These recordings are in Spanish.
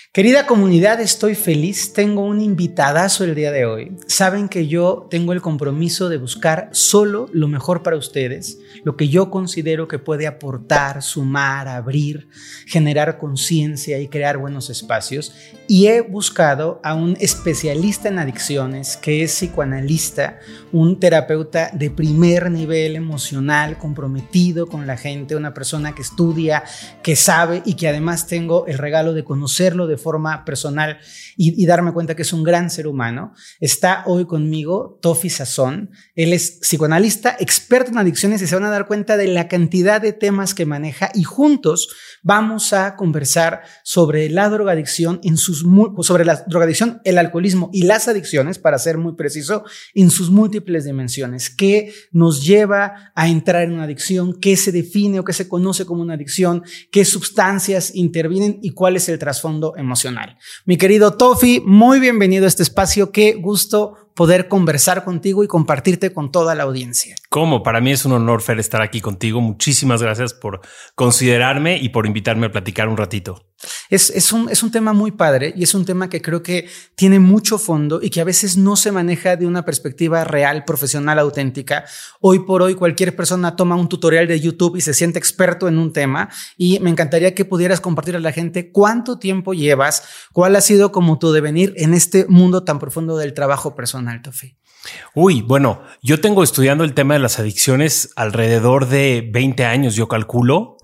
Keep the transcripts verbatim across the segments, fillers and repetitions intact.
Querida comunidad, estoy feliz, tengo un invitadazo el día de hoy. Saben que yo tengo el compromiso de buscar solo lo mejor para ustedes, lo que yo considero que puede aportar, sumar, abrir, generar conciencia y crear buenos espacios. Y he buscado a un especialista en adicciones que es psicoanalista, un terapeuta de primer nivel emocional, comprometido con la gente, una persona que estudia, que sabe y que además tengo el regalo de conocerlo de forma personal y, y darme cuenta que es un gran ser humano. Está hoy conmigo Tofi Sazón. Él es psicoanalista, experto en adicciones y se van a dar cuenta de la cantidad de temas que maneja y juntos vamos a conversar sobre la drogadicción en sus sobre la drogadicción, el alcoholismo y las adicciones, para ser muy preciso, en sus múltiples dimensiones. ¿Qué nos lleva a entrar en una adicción? ¿Qué se define o qué se conoce como una adicción? ¿Qué sustancias intervienen y cuál es el trasfondo emocional? Mi querido Tofi, muy bienvenido a este espacio. Qué gusto poder conversar contigo y compartirte con toda la audiencia. ¿Cómo? Para mí es un honor, Fer, estar aquí contigo. Muchísimas gracias por considerarme y por invitarme a platicar un ratito. Es, es, un, es un tema muy padre y es un tema que creo que tiene mucho fondo y que a veces no se maneja de una perspectiva real, profesional, auténtica. Hoy por hoy cualquier persona toma un tutorial de YouTube y se siente experto en un tema, y me encantaría que pudieras compartir a la gente cuánto tiempo llevas, cuál ha sido como tu devenir en este mundo tan profundo del trabajo personal, Tofi. Uy, bueno, yo tengo estudiando el tema de las adicciones alrededor de veinte años, yo calculo.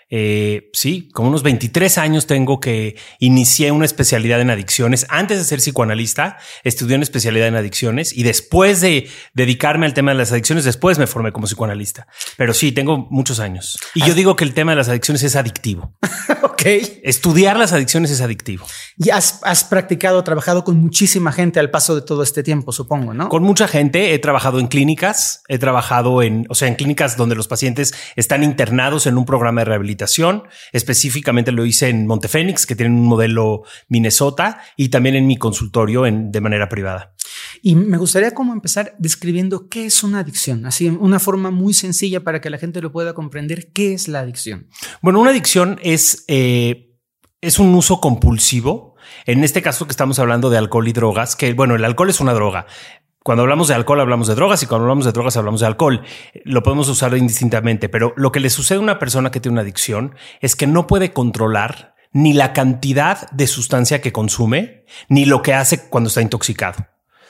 Eh, sí, como unos veintitrés años tengo que inicié una especialidad en adicciones. Antes de ser psicoanalista, estudié una especialidad en adicciones y después de dedicarme al tema de las adicciones, después me formé como psicoanalista. Pero sí, tengo muchos años. Y yo digo que el tema de las adicciones es adictivo. Ok. Estudiar las adicciones es adictivo. Y has, has practicado, trabajado con muchísima gente al paso de todo este tiempo, supongo, ¿no? Con mucha gente. He trabajado en clínicas, he trabajado en, o sea, en clínicas donde los pacientes están internados en un programa de rehabilitación. Específicamente lo hice en Montefénix, que tienen un modelo Minnesota, y también en mi consultorio en, de manera privada. Y me gustaría como empezar describiendo qué es una adicción, así una forma muy sencilla para que la gente lo pueda comprender. ¿Qué es la adicción? Bueno, una adicción es, eh, es un uso compulsivo. En este caso que estamos hablando de alcohol y drogas, que bueno, el alcohol es una droga. Cuando hablamos de alcohol hablamos de drogas y cuando hablamos de drogas hablamos de alcohol. Lo podemos usar indistintamente, pero lo que le sucede a una persona que tiene una adicción es que no puede controlar ni la cantidad de sustancia que consume, ni lo que hace cuando está intoxicado.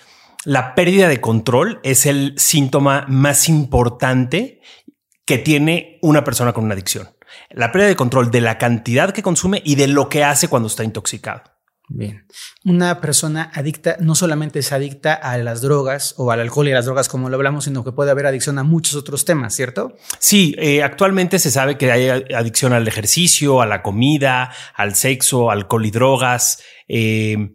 La pérdida de control es el síntoma más importante que tiene una persona con una adicción. La pérdida de control de la cantidad que consume y de lo que hace cuando está intoxicado. Bien. Una persona adicta no solamente es adicta a las drogas o al alcohol y a las drogas como lo hablamos, sino que puede haber adicción a muchos otros temas, ¿cierto? Sí, eh, actualmente se sabe que hay adicción al ejercicio, a la comida, al sexo, alcohol y drogas. Eh,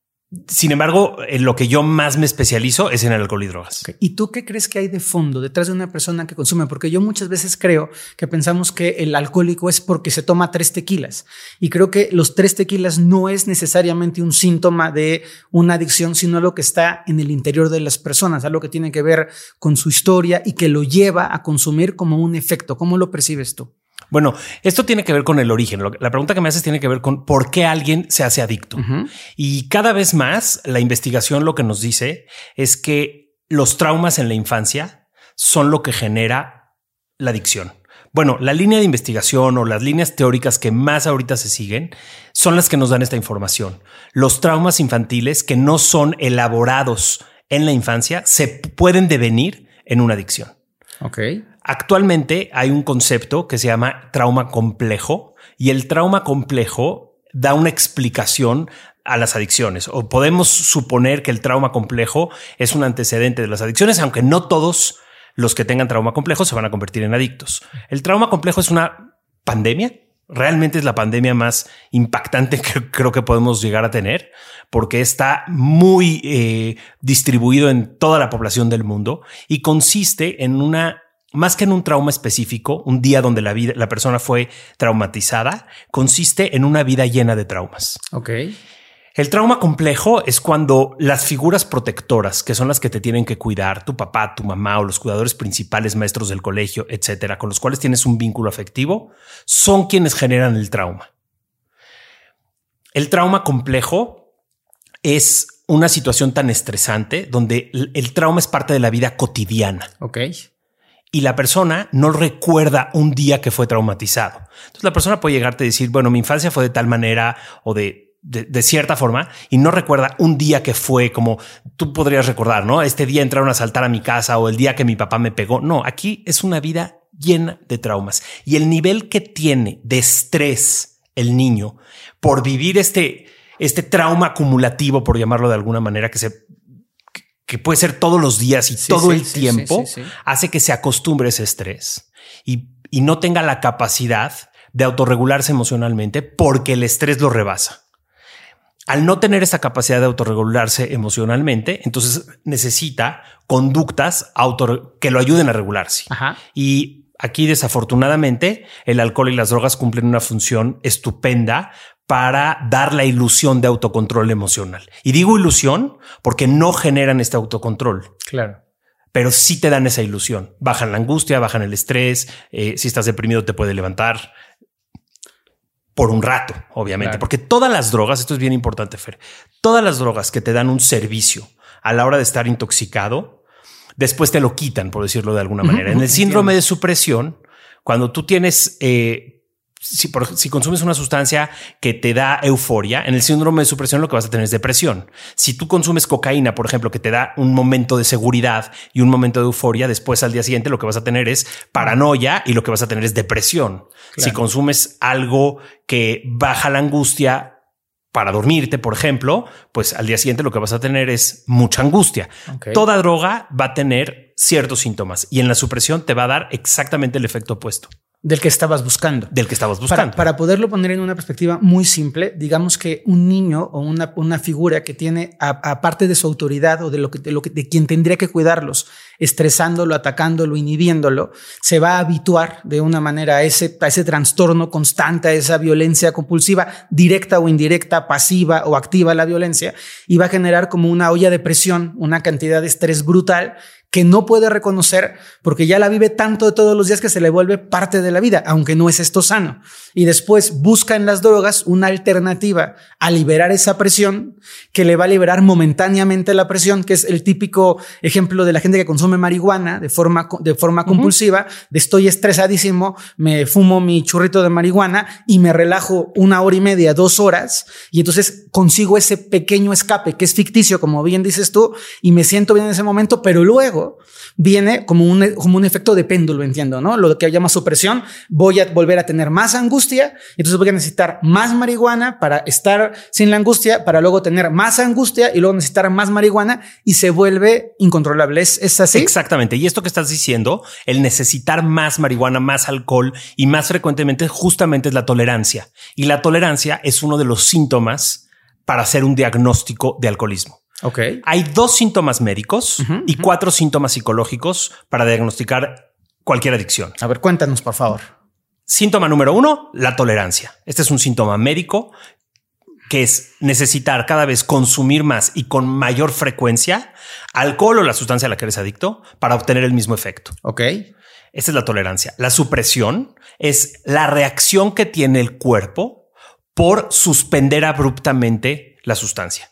Sin embargo, en lo que yo más me especializo es en el alcohol y drogas. Okay. ¿Y tú qué crees que hay de fondo detrás de una persona que consume? Porque yo muchas veces creo que pensamos que el alcohólico es porque se toma tres tequilas. Y creo que los tres tequilas no es necesariamente un síntoma de una adicción, sino lo que está en el interior de las personas, algo que tiene que ver con su historia y que lo lleva a consumir como un efecto. ¿Cómo lo percibes tú? Bueno, esto tiene que ver con el origen. La pregunta que me haces tiene que ver con por qué alguien se hace adicto. Uh-huh. Y cada vez más la investigación lo que nos dice es que los traumas en la infancia son lo que genera la adicción. Bueno, la línea de investigación o las líneas teóricas que más ahorita se siguen son las que nos dan esta información. Los traumas infantiles que no son elaborados en la infancia se pueden devenir en una adicción. Ok. Actualmente hay un concepto que se llama trauma complejo y el trauma complejo da una explicación a las adicciones, o podemos suponer que el trauma complejo es un antecedente de las adicciones, aunque no todos los que tengan trauma complejo se van a convertir en adictos. El trauma complejo es una pandemia. Realmente es la pandemia más impactante que creo que podemos llegar a tener, porque está muy eh, distribuido en toda la población del mundo y consiste en una, más que en un trauma específico, un día donde la vida, la persona fue traumatizada, consiste en una vida llena de traumas. Ok. El trauma complejo es cuando las figuras protectoras, que son las que te tienen que cuidar, tu papá, tu mamá o los cuidadores principales, maestros del colegio, etcétera, con los cuales tienes un vínculo afectivo, son quienes generan el trauma. El trauma complejo es una situación tan estresante donde el, el trauma es parte de la vida cotidiana. Ok. Y la persona no recuerda un día que fue traumatizado. Entonces la persona puede llegarte a decir, bueno, mi infancia fue de tal manera o de, de, de cierta forma y no recuerda un día que fue como tú podrías recordar, ¿no? Este día entraron a asaltar a mi casa o el día que mi papá me pegó. No, aquí es una vida llena de traumas y el nivel que tiene de estrés el niño por vivir este, este trauma acumulativo, por llamarlo de alguna manera, que se que puede ser todos los días y sí, todo sí, el sí, tiempo, sí, sí, sí. hace que se acostumbre a ese estrés y, y no tenga la capacidad de autorregularse emocionalmente porque el estrés lo rebasa. Al no tener esa capacidad de autorregularse emocionalmente, entonces necesita conductas auto que lo ayuden a regularse. Ajá. Y aquí, desafortunadamente, el alcohol y las drogas cumplen una función estupenda para dar la ilusión de autocontrol emocional. Y digo ilusión porque no generan este autocontrol. Claro. Pero sí te dan esa ilusión. Bajan la angustia, bajan el estrés. Eh, si estás deprimido te puede levantar por un rato, obviamente. Claro. Porque todas las drogas, esto es bien importante, Fer, todas las drogas que te dan un servicio a la hora de estar intoxicado, después te lo quitan, por decirlo de alguna manera. Uh-huh. En el síndrome de supresión, cuando tú tienes... Eh, Si, por, si consumes una sustancia que te da euforia, en el síndrome de supresión lo que vas a tener es depresión. Si tú consumes cocaína, por ejemplo, que te da un momento de seguridad y un momento de euforia, después al día siguiente lo que vas a tener es paranoia y lo que vas a tener es depresión. Claro. Si consumes algo que baja la angustia para dormirte, por ejemplo, pues al día siguiente lo que vas a tener es mucha angustia. Okay. Toda droga va a tener ciertos síntomas y en la supresión te va a dar exactamente el efecto opuesto. Del que estabas buscando. Del que estabas buscando. Para, para poderlo poner en una perspectiva muy simple, digamos que un niño o una, una figura que tiene, aparte de su autoridad o de lo que, de lo que, de quien tendría que cuidarlos, estresándolo, atacándolo, inhibiéndolo, se va a habituar de una manera a ese, a ese trastorno constante, a esa violencia compulsiva, directa o indirecta, pasiva o activa la violencia, y va a generar como una olla de presión, una cantidad de estrés brutal que no puede reconocer porque ya la vive tanto de todos los días que se le vuelve parte de la vida, aunque no es esto sano. Y después busca en las drogas una alternativa a liberar esa presión que le va a liberar momentáneamente la presión, que es el típico ejemplo de la gente que consume marihuana de forma, de forma uh-huh. compulsiva, de estoy estresadísimo, me fumo mi churrito de marihuana y me relajo una hora y media, dos horas, y entonces consigo ese pequeño escape que es ficticio, como bien dices tú, y me siento bien en ese momento, pero luego viene como un, como un efecto de péndulo, entiendo, ¿no? Lo que llama supresión, voy a volver a tener más angustia, entonces voy a necesitar más marihuana para estar sin la angustia, para luego tener más angustia y luego necesitar más marihuana y se vuelve incontrolable. ¿Es, es así? Exactamente. Y esto que estás diciendo, el necesitar más marihuana, más alcohol y más frecuentemente justamente es la tolerancia. Y la tolerancia es uno de los síntomas para hacer un diagnóstico de alcoholismo. Okay. Hay dos síntomas médicos uh-huh, y uh-huh. cuatro síntomas psicológicos para diagnosticar cualquier adicción. A ver, cuéntanos, por favor. Síntoma número uno, la tolerancia. Este es un síntoma médico que es necesitar cada vez consumir más y con mayor frecuencia alcohol o la sustancia a la que eres adicto para obtener el mismo efecto. Ok. Esta es la tolerancia. La supresión es la reacción que tiene el cuerpo por suspender abruptamente la sustancia.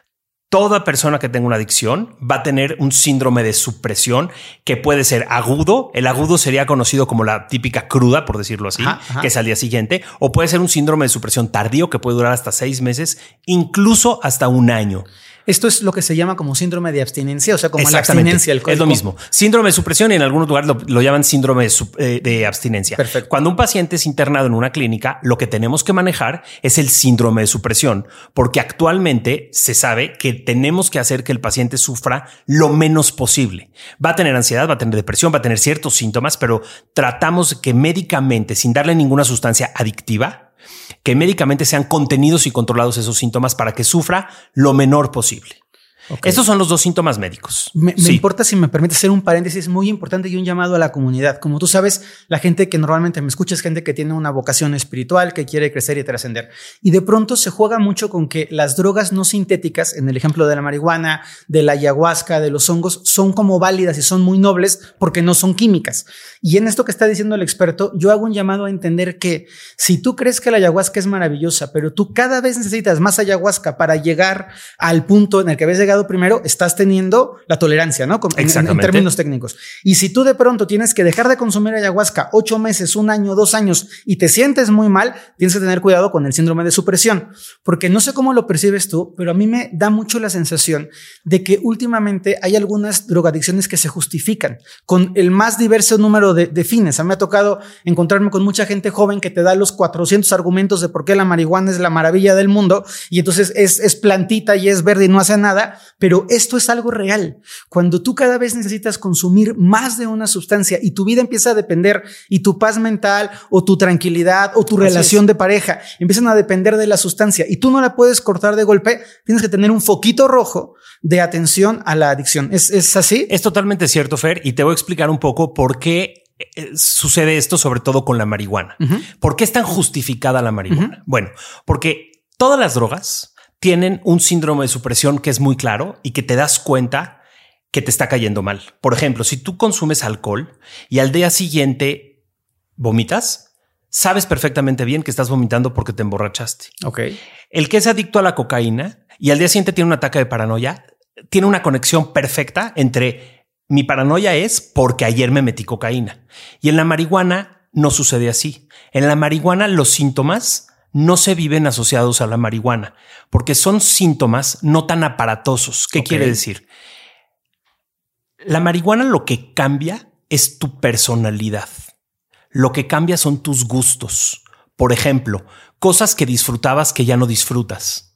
Toda persona que tenga una adicción va a tener un síndrome de supresión que puede ser agudo. El agudo sería conocido como la típica cruda, por decirlo así, ajá, ajá. que es al día siguiente. O puede ser un síndrome de supresión tardío que puede durar hasta seis meses, incluso hasta un año. Esto es lo que se llama como síndrome de abstinencia, o sea, como la abstinencia. El es lo mismo. Síndrome de supresión y en algunos lugares lo, lo llaman síndrome de, eh, de abstinencia. Perfecto. Cuando un paciente es internado en una clínica, lo que tenemos que manejar es el síndrome de supresión, porque actualmente se sabe que tenemos que hacer que el paciente sufra lo menos posible. Va a tener ansiedad, va a tener depresión, va a tener ciertos síntomas, pero tratamos que médicamente, sin darle ninguna sustancia adictiva, que médicamente sean contenidos y controlados esos síntomas para que sufra lo menor posible. Okay. Estos son los dos síntomas médicos. Me, me sí. importa, si me permite hacer un paréntesis muy importante y un llamado a la comunidad. Como tú sabes, la gente que normalmente me escucha es gente que tiene una vocación espiritual, que quiere crecer y trascender. Y de pronto se juega mucho con que las drogas no sintéticas, en el ejemplo de la marihuana, de la ayahuasca, de los hongos, son como válidas y son muy nobles porque no son químicas. Y en esto que está diciendo el experto, yo hago un llamado a entender que si tú crees que la ayahuasca es maravillosa, pero tú cada vez necesitas más ayahuasca para llegar al punto en el que habías llegado primero, estás teniendo la tolerancia, ¿no? En, en, en términos técnicos. Y si tú de pronto tienes que dejar de consumir ayahuasca ocho meses, un año, dos años y te sientes muy mal, tienes que tener cuidado con el síndrome de supresión, porque no sé cómo lo percibes tú, pero a mí me da mucho la sensación de que últimamente hay algunas drogadicciones que se justifican con el más diverso número de, de fines. A mí me ha tocado encontrarme con mucha gente joven que te da los cuatrocientos argumentos de por qué la marihuana es la maravilla del mundo y entonces es, es plantita y es verde y no hace nada. Pero esto es algo real. Cuando tú cada vez necesitas consumir más de una sustancia y tu vida empieza a depender y tu paz mental o tu tranquilidad o tu Así relación es. de pareja empiezan a depender de la sustancia y tú no la puedes cortar de golpe, tienes que tener un foquito rojo de atención a la adicción. ¿Es, es así? Es totalmente cierto, Fer, y te voy a explicar un poco por qué sucede esto, sobre todo con la marihuana. Uh-huh. ¿Por qué es tan justificada la marihuana? Uh-huh. Bueno, porque todas las drogas tienen un síndrome de supresión que es muy claro y que te das cuenta que te está cayendo mal. Por ejemplo, si tú consumes alcohol y al día siguiente vomitas, sabes perfectamente bien que estás vomitando porque te emborrachaste. Okay. El que es adicto a la cocaína y al día siguiente tiene un ataque de paranoia, tiene una conexión perfecta entre mi paranoia es porque ayer me metí cocaína. Y en la marihuana no sucede así. En la marihuana los síntomas no se viven asociados a la marihuana, porque son síntomas no tan aparatosos. ¿Qué okay. quiere decir? La marihuana lo que cambia es tu personalidad. Lo que cambia son tus gustos. Por ejemplo, cosas que disfrutabas que ya no disfrutas.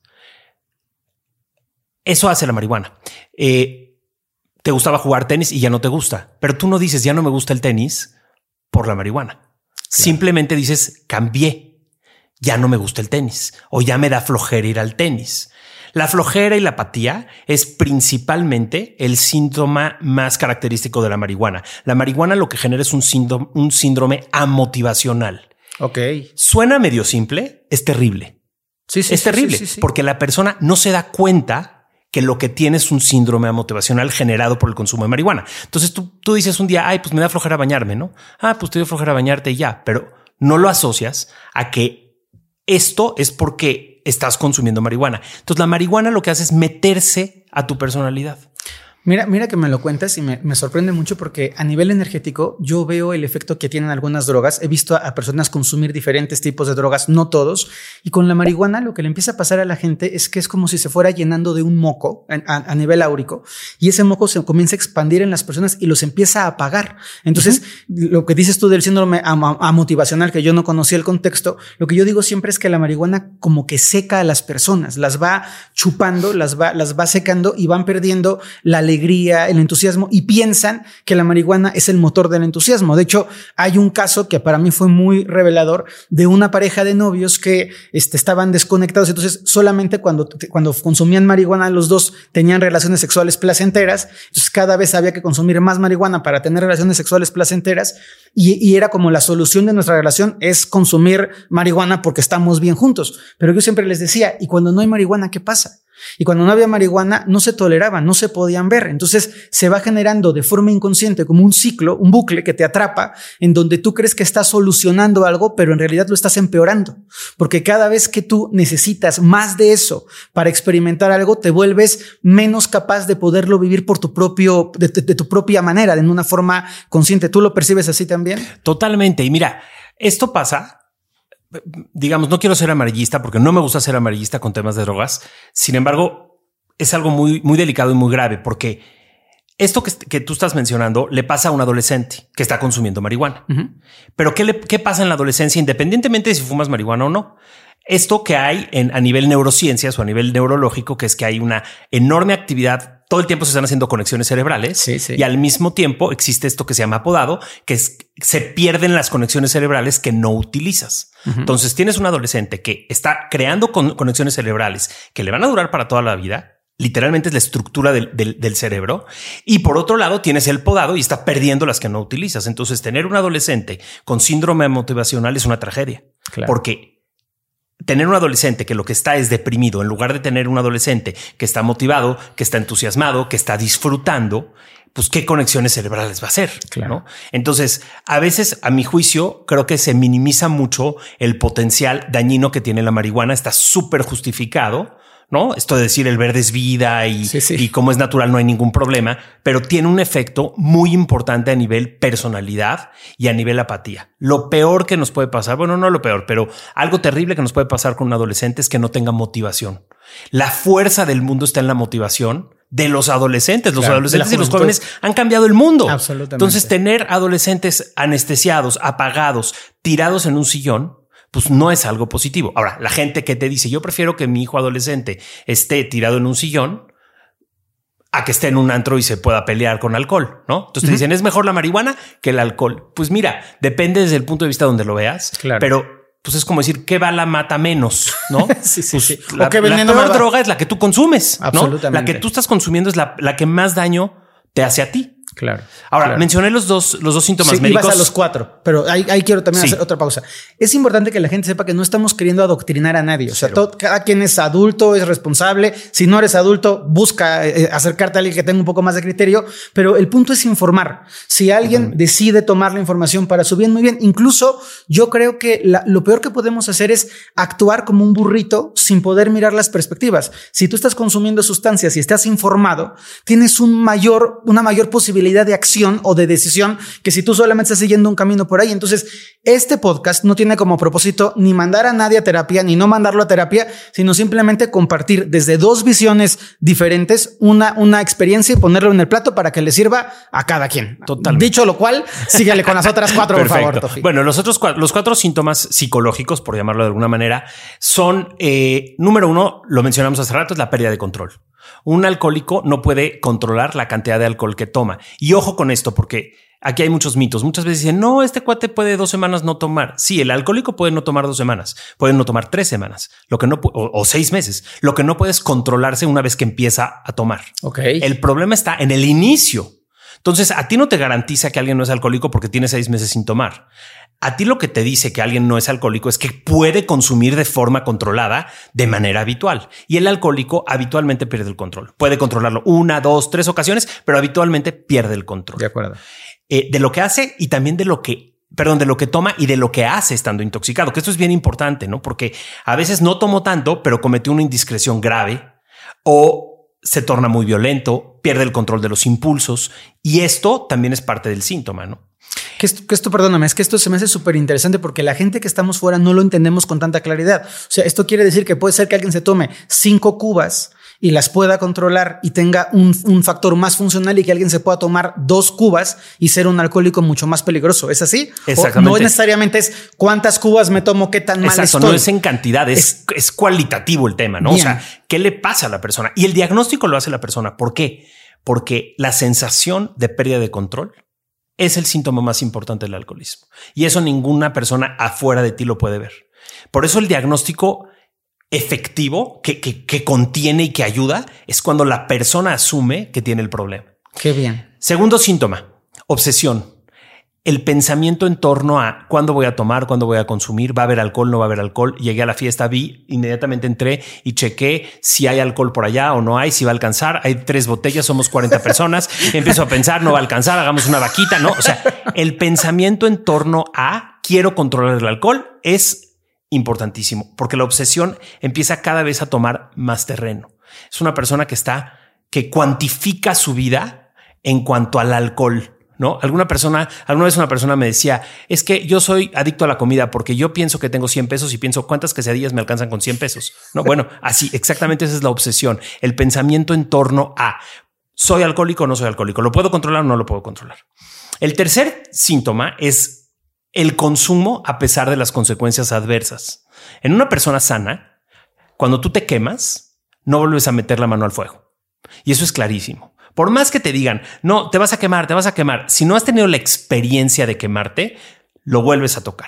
Eso hace la marihuana. Eh, te gustaba jugar tenis y ya no te gusta, pero tú no dices ya no me gusta el tenis por la marihuana. Claro. Simplemente dices cambié. Ya no me gusta el tenis o ya me da flojera ir al tenis. La flojera y la apatía es principalmente el síntoma más característico de la marihuana. La marihuana lo que genera es un síndrome, un síndrome amotivacional. Ok. Suena medio simple, es terrible. Sí, sí, es sí, terrible sí, sí, sí. porque la persona no se da cuenta que lo que tiene es un síndrome amotivacional generado por el consumo de marihuana. Entonces tú, tú dices un día, ay, pues me da flojera bañarme, ¿no? Ah, pues te dio flojera bañarte y ya, pero no lo asocias a que esto es porque estás consumiendo marihuana. Entonces la marihuana lo que hace es meterse a tu personalidad. Mira, mira que me lo cuentas y me, me sorprende mucho porque a nivel energético yo veo el efecto que tienen algunas drogas. He visto a, a personas consumir diferentes tipos de drogas, no todos. Y con la marihuana lo que le empieza a pasar a la gente es que es como si se fuera llenando de un moco a, a, a nivel áurico y ese moco se comienza a expandir en las personas y los empieza a apagar. Entonces, uh-huh. lo que dices tú del síndrome am- amotivacional, que yo no conocía el contexto, lo que yo digo siempre es que la marihuana como que seca a las personas, las va chupando, las va, las va secando y van perdiendo la alegría, el entusiasmo y piensan que la marihuana es el motor del entusiasmo. De hecho, hay un caso que para mí fue muy revelador de una pareja de novios que este, estaban desconectados. Entonces, solamente cuando, cuando consumían marihuana, los dos tenían relaciones sexuales placenteras. Entonces, cada vez había que consumir más marihuana para tener relaciones sexuales placenteras. Y, y era como la solución de nuestra relación es consumir marihuana porque estamos bien juntos. Pero yo siempre les decía, ¿y cuando no hay marihuana, qué pasa? Y cuando no había marihuana no se toleraban, no se podían ver. Entonces se va generando de forma inconsciente como un ciclo, un bucle que te atrapa en donde tú crees que estás solucionando algo, pero en realidad lo estás empeorando. Porque cada vez que tú necesitas más de eso para experimentar algo, te vuelves menos capaz de poderlo vivir por tu propio, de, de, de tu propia manera, de una forma consciente. ¿Tú lo percibes así también? Totalmente. Y mira, esto pasa. Digamos, no quiero ser amarillista porque no me gusta ser amarillista con temas de drogas. Sin embargo, es algo muy, muy delicado y muy grave porque esto que, que tú estás mencionando le pasa a un adolescente que está consumiendo marihuana. Uh-huh. Pero ¿qué, le, ¿qué pasa en la adolescencia independientemente de si fumas marihuana o no? Esto que hay en, a nivel neurociencias o a nivel neurológico, que es que hay una enorme actividad. Todo el tiempo se están haciendo conexiones cerebrales sí, sí. y al mismo tiempo existe esto que se llama apodado, que es, se pierden las conexiones cerebrales que no utilizas. Uh-huh. Entonces tienes un adolescente que está creando con, conexiones cerebrales que le van a durar para toda la vida literalmente es la estructura del, del, del cerebro. Y por otro lado, tienes el podado y está perdiendo las que no utilizas. Entonces, tener un adolescente con síndrome motivacional es una tragedia. Claro. Porque tener un adolescente que lo que está es deprimido, en lugar de tener un adolescente que está motivado, que está entusiasmado, que está disfrutando, pues qué conexiones cerebrales va a hacer. Claro. ¿No? Entonces, a veces, a mi juicio, creo que se minimiza mucho el potencial dañino que tiene la marihuana. Está súper justificado, ¿no? Esto de decir el verde es vida y, sí, sí. y como es natural no hay ningún problema, pero tiene un efecto muy importante a nivel personalidad y a nivel apatía. Lo peor que nos puede pasar, bueno, no lo peor, pero algo terrible que nos puede pasar con un adolescente es que no tenga motivación. La fuerza del mundo está en la motivación de los adolescentes. Los claro, adolescentes y los jóvenes han cambiado el mundo. Absolutamente. Entonces, tener adolescentes anestesiados, apagados, tirados en un sillón, pues no es algo positivo. Ahora, la gente que te dice, yo prefiero que mi hijo adolescente esté tirado en un sillón a que esté en un antro y se pueda pelear con alcohol, ¿no? Entonces uh-huh. te dicen, ¿es mejor la marihuana que el alcohol? Pues mira, depende desde el punto de vista donde lo veas, claro. pero pues es como decir, ¿qué bala mata menos? ¿No? sí, sí, pues sí. La, la peor droga es la que tú consumes, Absolutamente. ¿no? La que tú estás consumiendo es la, la que más daño te hace a ti. Claro. Ahora, claro. mencioné los dos, los dos síntomas sí, médicos. Ibas a los cuatro, pero ahí, ahí quiero también sí. hacer otra pausa. Es importante que la gente sepa que no estamos queriendo adoctrinar a nadie. O sea, todo, cada quien es adulto, es responsable. Si no eres adulto, busca eh, acercarte a alguien que tenga un poco más de criterio. Pero el punto es informar. Si alguien uh-huh. decide tomar la información para su bien, muy bien. Incluso yo creo que la, lo peor que podemos hacer es actuar como un burrito sin poder mirar las perspectivas. Si tú estás consumiendo sustancias y estás informado, tienes un mayor, una mayor posibilidad de acción o de decisión que si tú solamente estás siguiendo un camino por ahí. Entonces, este podcast no tiene como propósito ni mandar a nadie a terapia, ni no mandarlo a terapia, sino simplemente compartir desde dos visiones diferentes una, una experiencia y ponerlo en el plato para que le sirva a cada quien. Totalmente. Dicho lo cual, síguele con las otras cuatro, por favor, Tofi. Bueno, los otros cuatro, los cuatro síntomas psicológicos, por llamarlo de alguna manera, son, eh, número uno, lo mencionamos hace rato, es la pérdida de control. Un alcohólico no puede controlar la cantidad de alcohol que toma. Y ojo con esto, porque aquí hay muchos mitos. Muchas veces dicen, no, este cuate puede dos semanas no tomar. Sí, el alcohólico puede no tomar dos semanas, puede no tomar tres semanas, lo que no o, o seis meses. Lo que no puede es controlarse una vez que empieza a tomar. Okay. El problema está en el inicio. Entonces, a ti no te garantiza que alguien no es alcohólico porque tiene seis meses sin tomar. A ti lo que te dice que alguien no es alcohólico es que puede consumir de forma controlada de manera habitual. Y el alcohólico habitualmente pierde el control. Puede controlarlo una, dos, tres ocasiones, pero habitualmente pierde el control. De acuerdo. Eh, de lo que hace y también de lo que, perdón, de lo que toma y de lo que hace estando intoxicado. Que esto es bien importante, ¿no? Porque a veces no tomó tanto, pero cometió una indiscreción grave o se torna muy violento, pierde el control de los impulsos. Y esto también es parte del síntoma, ¿no? Que esto, que esto, perdóname, es que esto se me hace súper interesante porque la gente que estamos fuera no lo entendemos con tanta claridad. O sea, esto quiere decir que puede ser que alguien se tome cinco cubas y las pueda controlar y tenga un, un factor más funcional y que alguien se pueda tomar dos cubas y ser un alcohólico mucho más peligroso. ¿Es así? Exactamente. O no necesariamente es cuántas cubas me tomo, qué tan mal Exacto, estoy. No es en cantidad, es, es, es cualitativo el tema, ¿no? Bien. O sea, ¿qué le pasa a la persona? Y el diagnóstico lo hace la persona. ¿Por qué? Porque la sensación de pérdida de control es el síntoma más importante del alcoholismo. Y eso ninguna persona afuera de ti lo puede ver. Por eso el diagnóstico efectivo que, que, que contiene y que ayuda es cuando la persona asume que tiene el problema. Qué bien. Segundo síntoma, obsesión. El pensamiento en torno a cuándo voy a tomar, cuándo voy a consumir, va a haber alcohol, no va a haber alcohol. Llegué a la fiesta, vi, inmediatamente entré y chequé si hay alcohol por allá o no hay, si va a alcanzar. Hay tres botellas, somos cuarenta personas. Empiezo a pensar, no va a alcanzar, hagamos una vaquita, ¿no? O sea, el pensamiento en torno a quiero controlar el alcohol es importantísimo porque la obsesión empieza cada vez a tomar más terreno. Es una persona que está, que cuantifica su vida en cuanto al alcohol. ¿No? Alguna persona, alguna vez una persona me decía, es que yo soy adicto a la comida porque yo pienso que tengo cien pesos y pienso cuántas quesadillas me alcanzan con cien pesos. No, bueno, así exactamente esa es la obsesión. El pensamiento en torno a soy alcohólico o no soy alcohólico. ¿Lo puedo controlar o no lo puedo controlar? El tercer síntoma es el consumo a pesar de las consecuencias adversas. En una persona sana, cuando tú te quemas, no vuelves a meter la mano al fuego. Y eso es clarísimo. Por más que te digan, no, te vas a quemar, te vas a quemar. Si no has tenido la experiencia de quemarte, lo vuelves a tocar.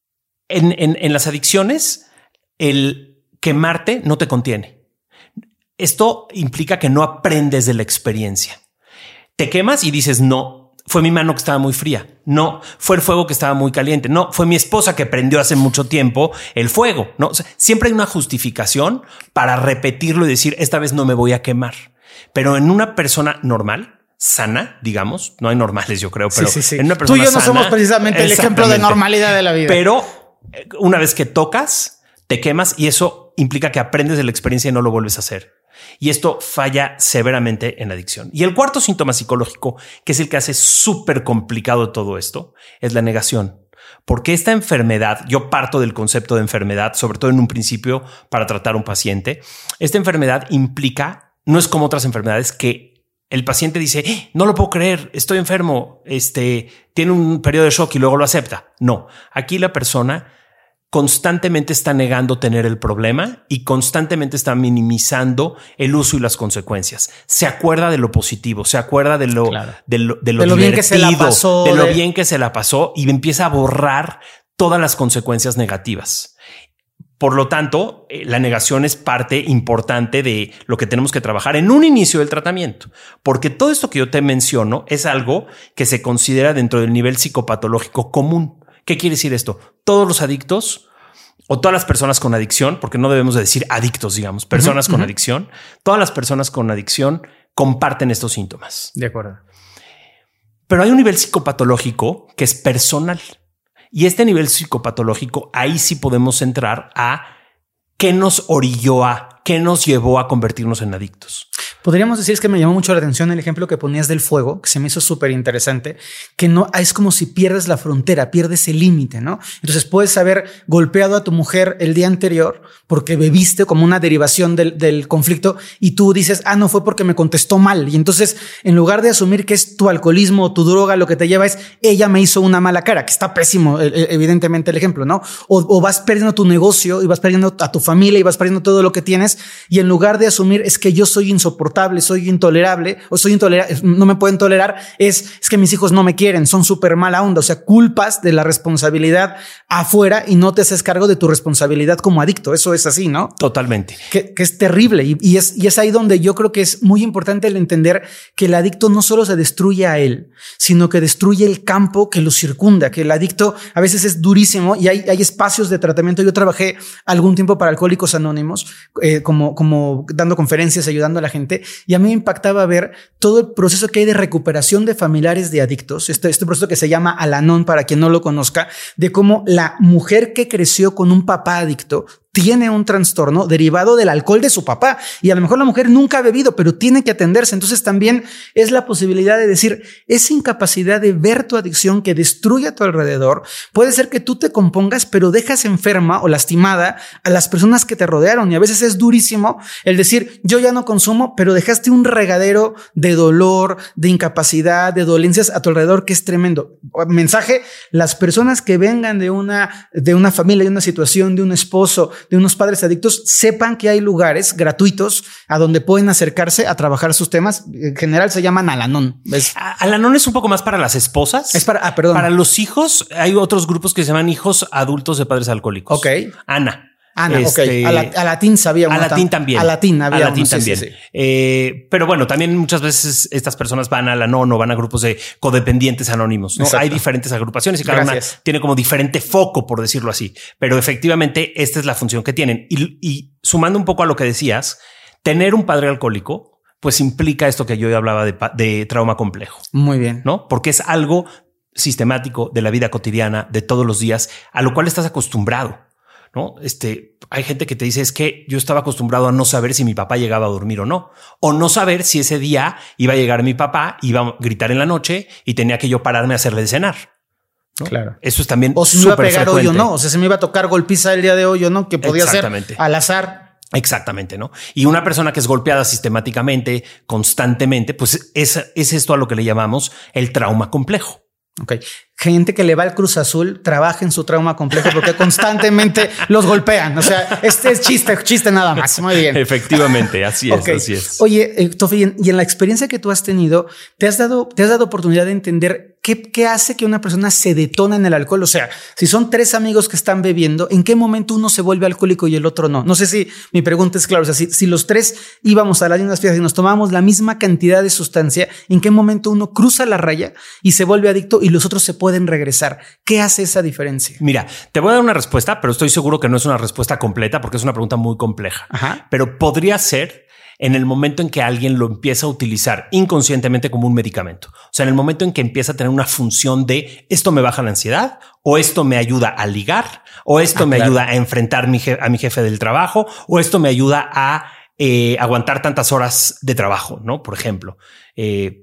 En, en, en las adicciones, el quemarte no te contiene. Esto implica que no aprendes de la experiencia. Te quemas y dices, no, fue mi mano que estaba muy fría. No, fue el fuego que estaba muy caliente. No, fue mi esposa que prendió hace mucho tiempo el fuego. No, o sea, siempre hay una justificación para repetirlo y decir, esta vez no me voy a quemar. Pero en una persona normal, sana, digamos, no hay normales, yo creo, pero sí, sí, sí. en una persona tú y yo no sana, somos precisamente el ejemplo de normalidad de la vida. Pero una vez que tocas, te quemas y eso implica que aprendes de la experiencia y no lo vuelves a hacer. Y esto falla severamente en la adicción. Y el cuarto síntoma psicológico, que es el que hace súper complicado todo esto, es la negación. Porque esta enfermedad, yo parto del concepto de enfermedad, sobre todo en un principio para tratar a un paciente. Esta enfermedad implica, no es como otras enfermedades que el paciente dice, eh, no lo puedo creer, estoy enfermo, este, tiene un periodo de shock y luego lo acepta. No, aquí la persona constantemente está negando tener el problema y constantemente está minimizando el uso y las consecuencias. Se acuerda de lo positivo, se acuerda de lo, claro. de lo, de lo, de lo bien que se la pasó, de lo de... bien que se la pasó y empieza a borrar todas las consecuencias negativas. Por lo tanto, la negación es parte importante de lo que tenemos que trabajar en un inicio del tratamiento, porque todo esto que yo te menciono es algo que se considera dentro del nivel psicopatológico común. ¿Qué quiere decir esto? Todos los adictos o todas las personas con adicción, porque no debemos de decir adictos, digamos, personas uh-huh, con uh-huh. adicción, todas las personas con adicción comparten estos síntomas. De acuerdo. Pero hay un nivel psicopatológico que es personal. Y este nivel psicopatológico, ahí sí podemos entrar a qué nos orilló a, qué nos llevó a convertirnos en adictos. Podríamos decir, es que me llamó mucho la atención el ejemplo que ponías del fuego, que se me hizo súper interesante, que no es como si pierdes la frontera, pierdes el límite, ¿no? Entonces puedes haber golpeado a tu mujer el día anterior porque bebiste como una derivación del, del conflicto y tú dices, ah, no, fue porque me contestó mal. Y entonces, en lugar de asumir que es tu alcoholismo o tu droga, lo que te lleva es, ella me hizo una mala cara, que está pésimo, evidentemente el ejemplo, ¿no? O, o vas perdiendo tu negocio y vas perdiendo a tu familia y vas perdiendo todo lo que tienes y en lugar de asumir es que yo soy insoportable, soy intolerable o soy intolerable, no me pueden tolerar, es, es que mis hijos no me quieren, son súper mala onda. O sea, culpas de la responsabilidad afuera y no te haces cargo de tu responsabilidad como adicto. Eso es así, ¿no? Totalmente. Que, que es terrible y, y, es, y es ahí donde yo creo que es muy importante el entender que el adicto no solo se destruye a él, sino que destruye el campo que lo circunda, que el adicto a veces es durísimo y hay, hay espacios de tratamiento. Yo trabajé algún tiempo para Alcohólicos Anónimos, eh, como, como dando conferencias, ayudando a la gente. Y a mí me impactaba ver todo el proceso que hay de recuperación de familiares de adictos. Este, este proceso que se llama Al-Anon, para quien no lo conozca, de cómo la mujer que creció con un papá adicto tiene un trastorno derivado del alcohol de su papá y a lo mejor la mujer nunca ha bebido, pero tiene que atenderse. Entonces también es la posibilidad de decir, esa incapacidad de ver tu adicción que destruye a tu alrededor. Puede ser que tú te compongas, pero dejas enferma o lastimada a las personas que te rodearon y a veces es durísimo el decir, yo ya no consumo, pero dejaste un regadero de dolor, de incapacidad, de dolencias a tu alrededor que es tremendo. Mensaje, las personas que vengan de una, de una familia, de una situación, de un esposo, de unos padres adictos, sepan que hay lugares gratuitos a donde pueden acercarse a trabajar sus temas. En general se llaman Al-Anon. ¿Ves? Al-Anon es un poco más para las esposas. Es para, ah, perdón. Para los hijos hay otros grupos que se llaman hijos adultos de padres alcohólicos. Ok. Ana. Ana, este, ok. A, la, a latín sabía. A latín también. A latín había. A latín uno, también. Sí, sí, sí. Eh, pero bueno, también muchas veces estas personas van a Al-Anon o van a grupos de codependientes anónimos, ¿no? Exacto. Hay diferentes agrupaciones y cada Gracias. una tiene como diferente foco, por decirlo así. Pero efectivamente esta es la función que tienen. Y, y sumando un poco a lo que decías, tener un padre alcohólico, pues implica esto que yo hablaba de, de trauma complejo. Muy bien. ¿No? Porque es algo sistemático de la vida cotidiana, de todos los días, a lo cual estás acostumbrado. ¿No? Este, hay gente que te dice es que yo estaba acostumbrado a no saber si mi papá llegaba a dormir o no, o no saber si ese día iba a llegar mi papá, iba a gritar en la noche y tenía que yo pararme a hacerle de cenar. ¿No? Claro. Eso es también o si me iba a pegar hoy o no, o sea, se me iba a tocar golpiza el día de hoy o no, que podía ser al azar. Exactamente, ¿no? Y una persona que es golpeada sistemáticamente, constantemente, pues es, es esto a lo que le llamamos el trauma complejo. Ok. Gente que le va al Cruz Azul trabaja en su trauma complejo porque constantemente los golpean. O sea, este es chiste, chiste nada más. Muy bien. Efectivamente, así es, okay. así es. Oye, eh, Tofi, y en la experiencia que tú has tenido, te has dado, te has dado oportunidad de entender ¿qué, ¿qué hace que una persona se detone en el alcohol? O sea, si son tres amigos que están bebiendo, ¿en qué momento uno se vuelve alcohólico y el otro no? No sé si mi pregunta es clara. O sea, si, si los tres íbamos a las mismas fiestas y nos tomábamos la misma cantidad de sustancia, ¿en qué momento uno cruza la raya y se vuelve adicto y los otros se pueden regresar? ¿Qué hace esa diferencia? Mira, te voy a dar una respuesta, pero estoy seguro que no es una respuesta completa porque es una pregunta muy compleja. Ajá. Pero podría ser en el momento en que alguien lo empieza a utilizar inconscientemente como un medicamento. O sea, en el momento en que empieza a tener una función de esto me baja la ansiedad, o esto me ayuda a ligar, o esto ah, me claro. ayuda a enfrentar mi a mi jefe del trabajo, o esto me ayuda a eh, aguantar tantas horas de trabajo, ¿no? Por ejemplo, eh,